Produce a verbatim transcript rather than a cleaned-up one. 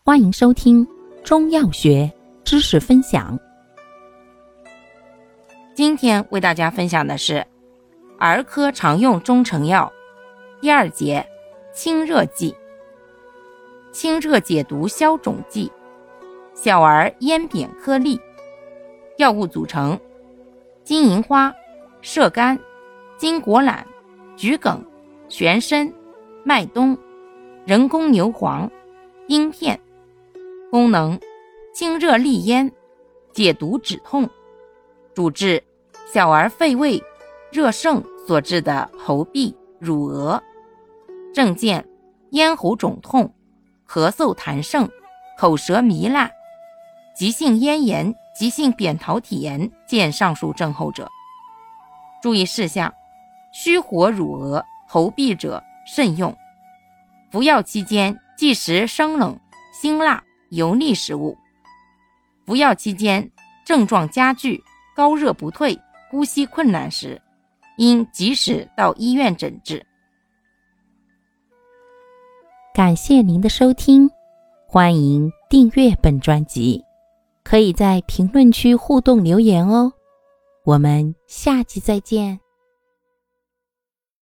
欢迎收听中药学知识分享。 今天为大家分享的是儿科常用中成药第二节清热剂。清热解毒消肿剂，小儿咽扁颗粒。药物组成：金银花、射干、金果榄、桔梗、玄参、麦冬、人工牛黄、鹰片。功能：清热利咽，解毒止痛，主治小儿肺胃热盛所致的喉痹、乳鹅。症见：咽喉肿痛、咳嗽痰盛、口舌糜烂。急性咽炎、急性扁桃体炎见上述症候者。注意事项：虚火乳鹅、喉痹者慎用。服药期间忌食生冷、辛辣、油腻食物。服药期间症状加剧、高热不退、呼吸困难时，应及时到医院诊治。 感谢您的收听，欢迎订阅本专辑，可以在评论区互动留言哦。我们下期再见。